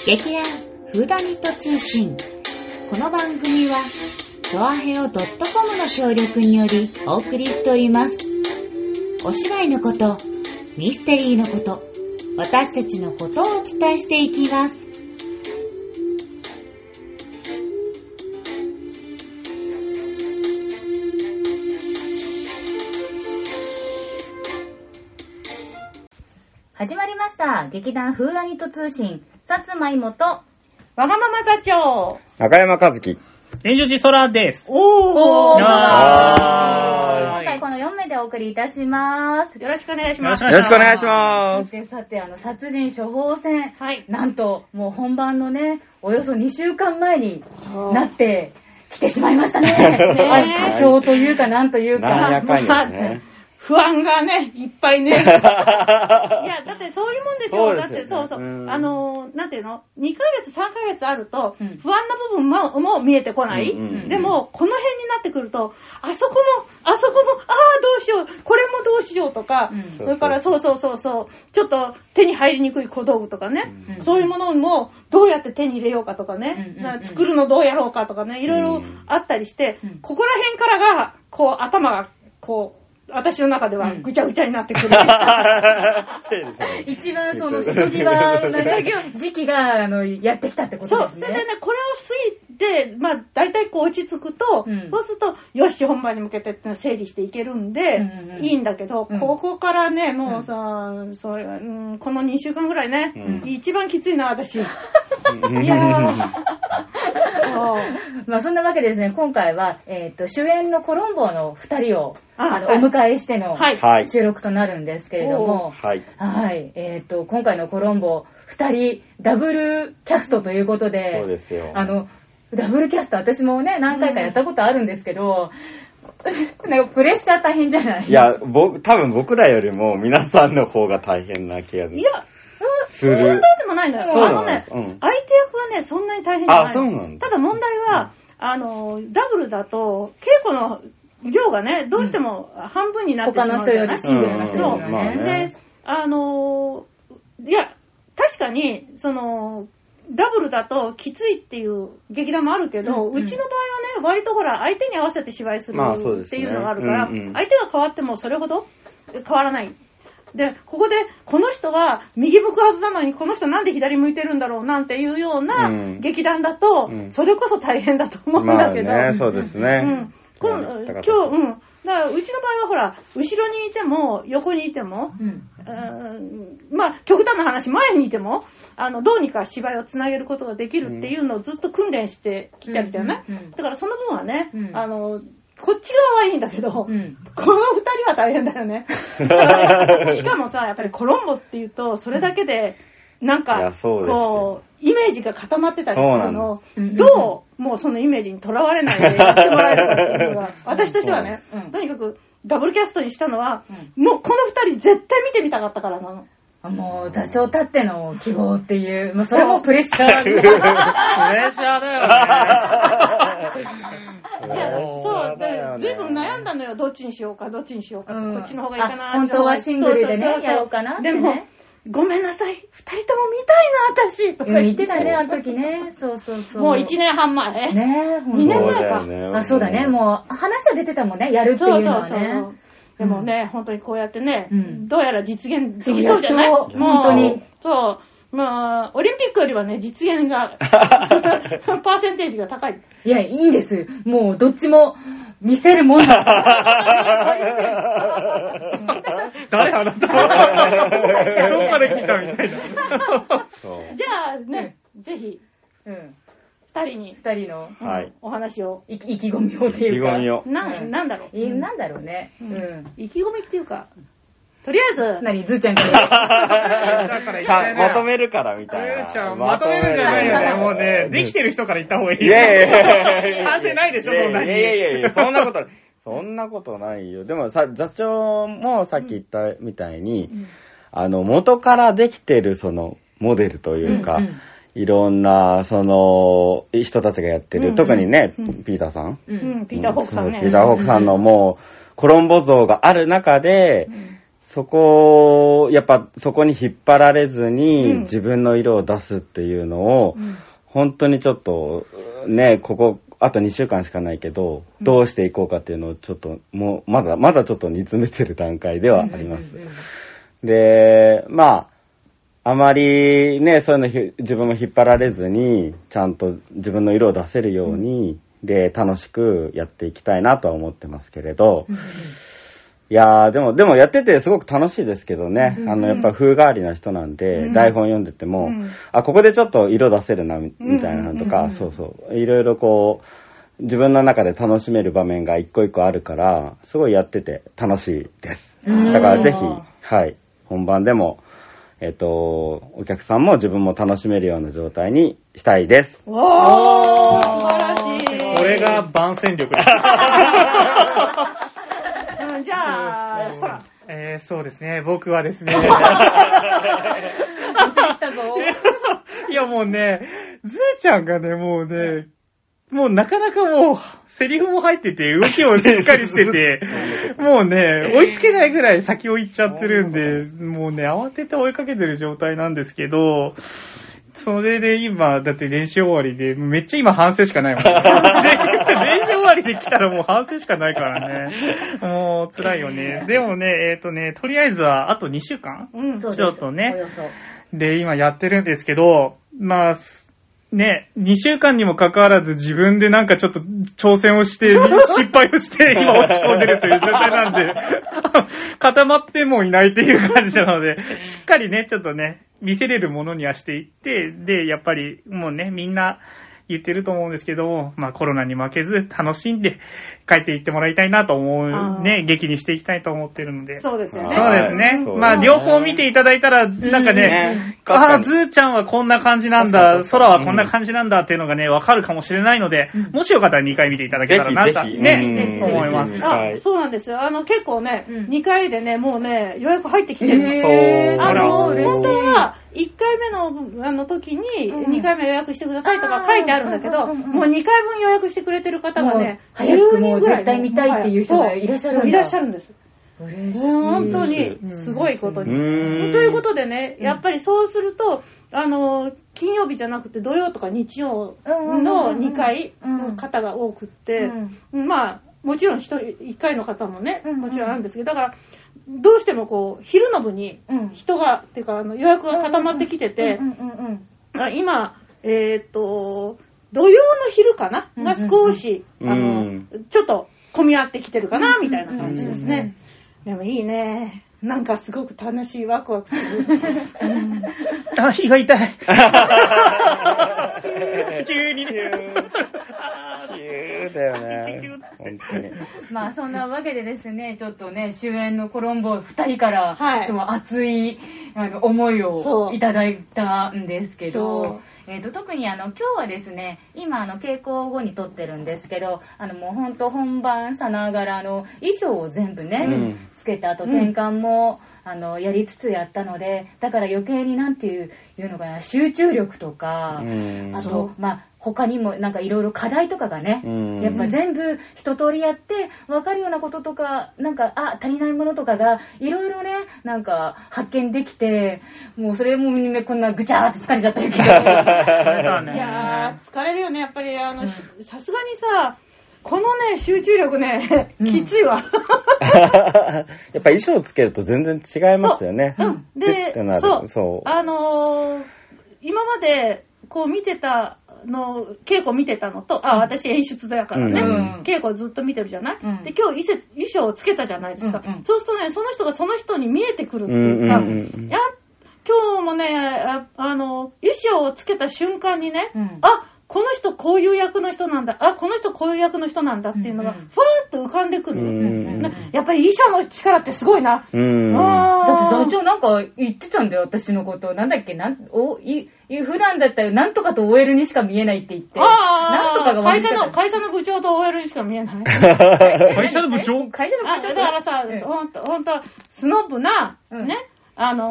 劇団フーダニット通信。この番組はチョアヘオ .com の協力によりお送りしております。お芝居のこと、ミステリーのこと、私たちのことをお伝えしていきます。始まりました。劇団フーダニット通信、さつまいもとわがまま座長中山和樹練習時空です。 おー、 今回この4名でお送りいたします。 よろしくお願いします。 よろしくお願いします。 さて殺人処方箋、 はい、 なんともう本番のねおよそ2週間前になってきてしまいましたね。佳境というかなんというか、 なんやかんやね。 不安がね、いっぱいね。いや、だってそういうもんでしょ。だってそうそう。なんていうの ?2 ヶ月、3ヶ月あると、不安な部分も見えてこない。でも、この辺になってくると、あそこも、ああ、どうしよう、これもどうしようとか、それからそう、ちょっと手に入りにくい小道具とかね、そういうものもどうやって手に入れようかとかね、作るのどうやろうかとかね、いろいろあったりして、ここら辺からが、こう、頭が、こう、私の中ではぐちゃぐちゃになってくる。 一番その外際時期がやってきたってことですね。 そう、それでね、これを過ぎて、まあ大体こう落ち着くと、そうすると、よし、本番に向けてって整理していけるんで、いいんだけど、ここからね、もうさ、この2週間ぐらいね、一番きついな、私。いやまあそんなわけでですね、今回は、主演のコロンボの2人をお迎えしての収録となるんですけれども、はい。今回のコロンボ2人ダブルキャストということで、 そうですよ。 ダブルキャスト私もね、何回かやったことあるんですけど、なんかプレッシャー大変じゃない？ いや、多分僕らよりも皆さんの方が大変な気がする。 いや、そんなでもないのよ。相手役はね、そんなに大変じゃない。 そうなんだ。 ただ問題は、ダブルだと、稽古の量がね、どうしても半分になってしまうじゃない。 他の人よりシングルの人よりね。 で、いや、確かに、ダブルだときついっていう劇団もあるけど、うちの場合はね、割とほら、相手に合わせて芝居するっていうのがあるから、相手が変わってもそれほど変わらない。で、ここで、この人は右向くはずなのに、この人なんで左向いてるんだろうなんていうような劇団だと、それこそ大変だと思うんだけど。 まあね、そうですね。 今日、だからうちの場合はほら、後ろにいても、横にいても、まあ、極端な話、前にいても、どうにか芝居をつなげることができるっていうのをずっと訓練してきてるじゃない？だからその分はね、こっち側はいいんだけど、この二人は大変だよね。しかもさ、やっぱりコロンボっていうと、それだけで、なんか、こう、イメージが固まってたりするのを、どう、もうそのイメージにとらわれないでやってもらえるかっていうのが、私としてはね、とにかくダブルキャストにしたのは、もうこの二人絶対見てみたかったからなの。 もう座長たっての希望っていう、それもプレッシャー。プレッシャーだよね。 いや、そう、ずいぶん悩んだのよ。どっちにしようか、こっちの方がいいかな。 本当はシングルでね、やろうかなってね。 でも、ごめんなさい。二人とも見たいな、私。とか言ってたね、あの時ね。そう。 もう1年半前。 ね、 2年前か。 そうだね。もう話は出てたもんね、やるっていうのはね。 でもね、本当にこうやってね、どうやら実現できそうじゃない？ 本当に。 そう。まあ、オリンピックよりはね、実現が、パーセンテージが高い。 いや、いいんです。もう、どっちも、見せるもんだ。 誰あなたどこから来たみたいな。 じゃあね、ぜひ、二人のお話を、 意気込みをっていうか。 意気込みを。 なんだろう。 なんだろうね。 意気込みっていうか、とりあえず、 ずーちゃんからまとめるからみたいな。 ずーちゃん、まとめるんじゃないよね。もうね、できてる人から言った方がいい。 いや反省ないでしょ、そんなに。 いや、そんなことないよ。でも座長もさっき言ったみたいに、元からできてるそのモデルというか、いろんな人たちがやってる、特にね、ピーターさん、 ピーター・ホークさんね。 ピーター・ホークさんのもうコロンボ像がある中で、 そこに引っ張られずに自分の色を出すっていうのを、本当にちょっと、ね、あと2週間しかないけど、どうしていこうかっていうのをちょっと、もう、まだちょっと煮詰めてる段階ではあります。で、あまりね、そういうの自分も引っ張られずに、ちゃんと自分の色を出せるように、で、楽しくやっていきたいなとは思ってますけれど、いやー、でもやっててすごく楽しいですけどね、やっぱ風変わりな人なんで、台本読んでても、ここでちょっと色出せるな、みたいなのとか、いろいろ自分の中で楽しめる場面が一個一個あるから、すごいやってて楽しいです。だからぜひ、はい、本番でも、お客さんも自分も楽しめるような状態にしたいです。 おー、素晴らしい。 これが番宣力です。 じゃあ、 そうですね、僕はですね。いやもうね、ズーちゃんがね、もうなかなかもう、セリフも入ってて、動きもしっかりしてて、もうね、追いつけないぐらい先を行っちゃってるんで、もうね、慌てて追いかけてる状態なんですけど、それで今、だって練習終わりで、めっちゃ今反省しかないもん。練習終わりで来たらもう反省しかないからね。もう辛いよね。でもね、とりあえずはあと2週間、ちょっとね。で、今やってるんですけど、ね、2週間にもかかわらず自分でなんかちょっと挑戦をして、失敗をして今落ち込んでるという状態なんで、固まってもいないっていう感じなので、しっかりね、ちょっとね、見せれるものにはしていって、で、やっぱりもうね、みんな言ってると思うんですけども、コロナに負けず楽しんで帰っていってもらいたいなと思うね、劇にしていきたいと思ってるので。 そうですよね。 そうですね。両方見ていただいたら、なんかね、ズーちゃんはこんな感じなんだ、空はこんな感じなんだっていうのがね、わかるかもしれないので、もしよかったら2回見ていただけたらなと、ね、思います。 そうなんですよ。結構ね、2回でね、もうね、予約入ってきてるの。本当は、1回目の時に2回目予約してくださいとか書いてあるんだけど、もう2回分予約してくれてる方がね、 10人ぐらい絶対見たいっていう人がいらっしゃるんだ。 いらっしゃるんです。 嬉しい。 本当に、すごいことに。ということでね、やっぱりそうすると、金曜日じゃなくて土曜とか日曜の2回の方が多くって、もちろん1回の方もね、もちろんあるんですけど、だから、どうしても昼の部に人が、っていうか予約が固まってきてて、今、土曜の昼かなが少し、ちょっと混み合ってきてるかなみたいな感じですね。でもいいね。なんかすごく楽しい、ワクワクする。 胃が痛い。急にね。 だよね。本当に。 そんなわけでですね、ちょっとね、主演のコロンボ2人から、その熱い思いをいただいたんですけど、特に今日はですね、今稽古後に撮ってるんですけど、もうほんと本番さながら衣装を全部ね、つけて、あと転換も、やりつつやったので、だから余計になんていうのかな、集中力とか、あと、他にもなんかいろいろ課題とかがね、やっぱ全部一通りやって分かるようなこととか、なんか足りないものとかがいろいろね、なんか発見できて、もうそれもこんなぐちゃーって疲れちゃったけど。いやー、疲れるよね、やっぱりさすがにさ、このね、集中力ね、きついわ。 やっぱ衣装つけると全然違いますよね。 で、今までこう見てた稽古見てたのと、私演出だからね、稽古ずっと見てるじゃない、で、今日衣装をつけたじゃないですか。そうするとね、その人がその人に見えてくるっていうか、今日もね、衣装をつけた瞬間にね、この人こういう役の人なんだ、この人こういう役の人なんだっていうのが、ふわーっと浮かんでくる。やっぱり衣装の力ってすごいな。だって座長なんか言ってたんだよ、私のこと。なんだっけ、普段だったらなんとかと OL にしか見えないって言って。なんとかが会社の部長と OL にしか見えない。 会社の部長だからさ、ほんと、スノブな、ね、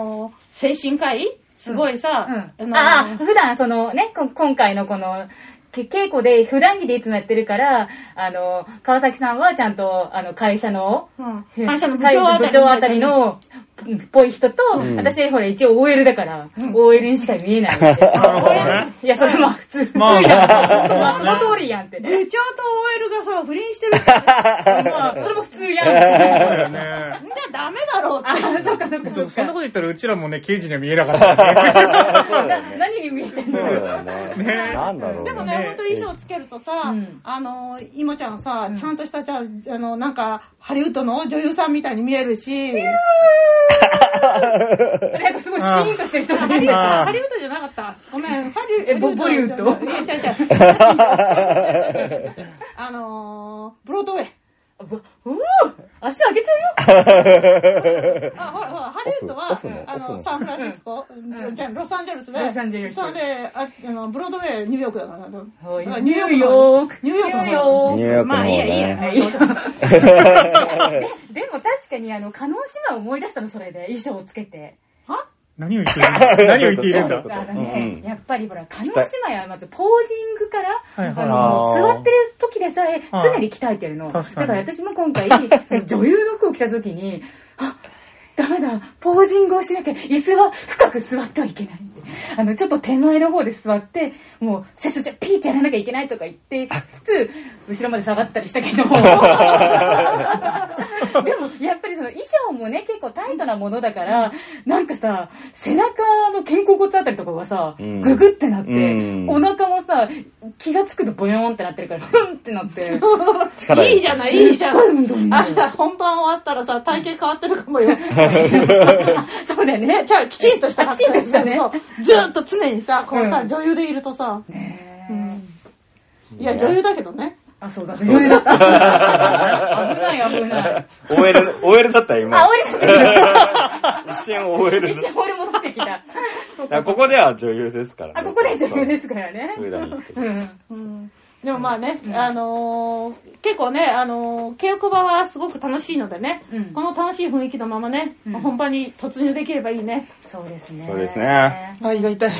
精神科医すごいさ、 普段今回のこの稽古で普段着でいつもやってるから、川崎さんはちゃんと、会社の、 会社の部長あたりの、っぽい人と、私はほら一応 OL だから、OL にしか見えないんで。いや、それも普通やん。その通りやんってね。 部長と OL がさ、不倫してるそれも普通やん。 みんなダメだろうって。 そっか。 そんなこと言ったらうちらもね、刑事には見えなかったね。何に見えてんのよ。 なんだろう。 でもね、ほんと衣装つけるとさ、いもちゃんさ、ちゃんとした、なんか、ハリウッドの女優さんみたいに見えるし、 なんかすごいシーンとしてる人がハリウッドじゃなかった。ごめん、 ボリウッド違う。ブロードウェイ。 足上げちゃうよ。 ほら、ハリウッドは、サンフランシスコ、じゃロサンゼルスで、それで、ブロードウェイ、ニューヨークだから。ニューヨーク。まあ、いいや。 でも確かに、叶姉妹を思い出したの、それで、衣装をつけて。 何を言っているんだやっぱりほら、叶姉妹はまずポージングから、座ってる時でさえ常に鍛えてるの。だから私も今回、女優の服を着た時に、ダメだ、ポージングをしなきゃ、椅子は深く座ってはいけないって。ちょっと手前の方で座って、もう背筋ピーってやらなきゃいけないとか言って、つつ、後ろまで下がったりしたけど。でも、やっぱりその衣装もね、結構タイトなものだから、なんかさ、背中の肩甲骨あたりとかがさ、ググってなって、お腹もさ、気がつくとボヨーンってなってるから、ふんってなって。 いいじゃない、いいじゃん。本番終わったらさ、体型変わってるかもよ。 そうだよね。 じゃあ、きちんとしたね。ずーっと常にさ、こうさ、女優でいるとさ。いや、女優だけどね。 そうだ、女優だった。危ない。 OL だった今。 OL だった。 一瞬 OL 戻ってきた。 ここでは女優ですからね。 ここで女優ですからね。 でもまあね、結構ね、稽古場はすごく楽しいのでね、この楽しい雰囲気のままね、本番に突入できればいいね。 そうですね。 そうですね。 胃が痛い。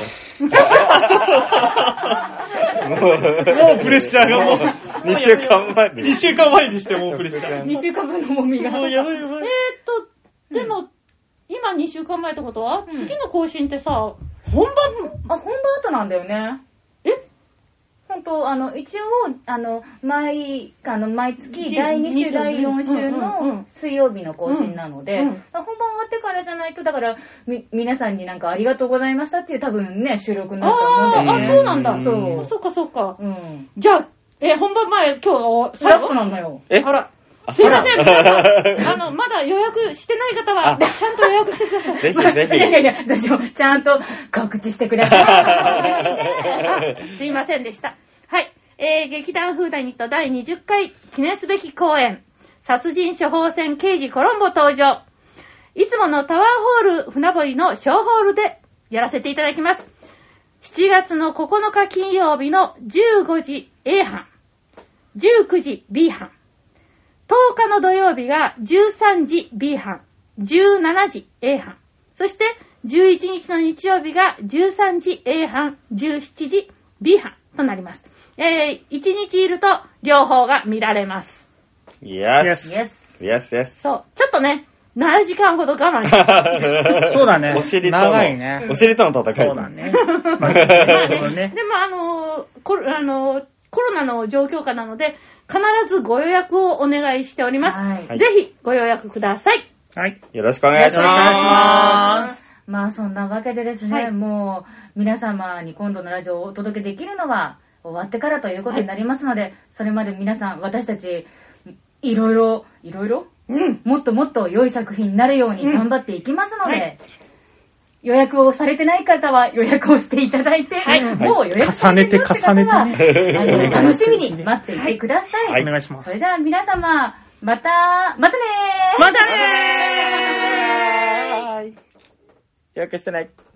もうプレッシャーがもう 2週間前にしてもうプレッシャー。 2週間分のもみが。 もうやばい。 でも、今2週間前ってことは、次の更新ってさ、本番後なんだよね。本当一応毎月第2週第4週の水曜日の更新なので、本番終わってからじゃないと、だから皆さんになんかありがとうございましたっていう多分ね収録になると思うんだよね。 そうなんだ。そうか。じゃあ本番前今日ラストなんだよ。 あら。すいません、皆さん、まだ予約してない方は、ちゃんと予約してください。 ぜひ。 いや、私もちゃんと告知してください。すいませんでした。はい。劇団フーダニット第20回記念すべき公演、殺人処方箋刑事コロンボ登場。いつものタワーホール船堀の小ホールでやらせていただきます。7月の9日金曜日の15時 A 班、19時 B 班、10日の土曜日が13時 B 班、17時 A 班、そして11日の日曜日が13時 A 班、17時 B 班となります。1日いると両方が見られます。 Yes。 そう。ちょっとね、7時間ほど我慢して。 そうだね。 お尻と長いね。 お尻との戦い。 そうだね。 でもコロナの状況下なので、必ずご予約をお願いしております。ぜひご予約ください。 はい。 よろしくお願いします。 まあそんなわけでですね、もう皆様に今度のラジオをお届けできるのは終わってからということになりますので、それまで皆さん、私たち、いろいろ、もっともっと良い作品になるように頑張っていきますので、予約をされてない方は予約をしていただいて、もう予約されてるって方は、楽しみに待っていてください。 お願いします。 それでは皆様、またねー。 予約してない。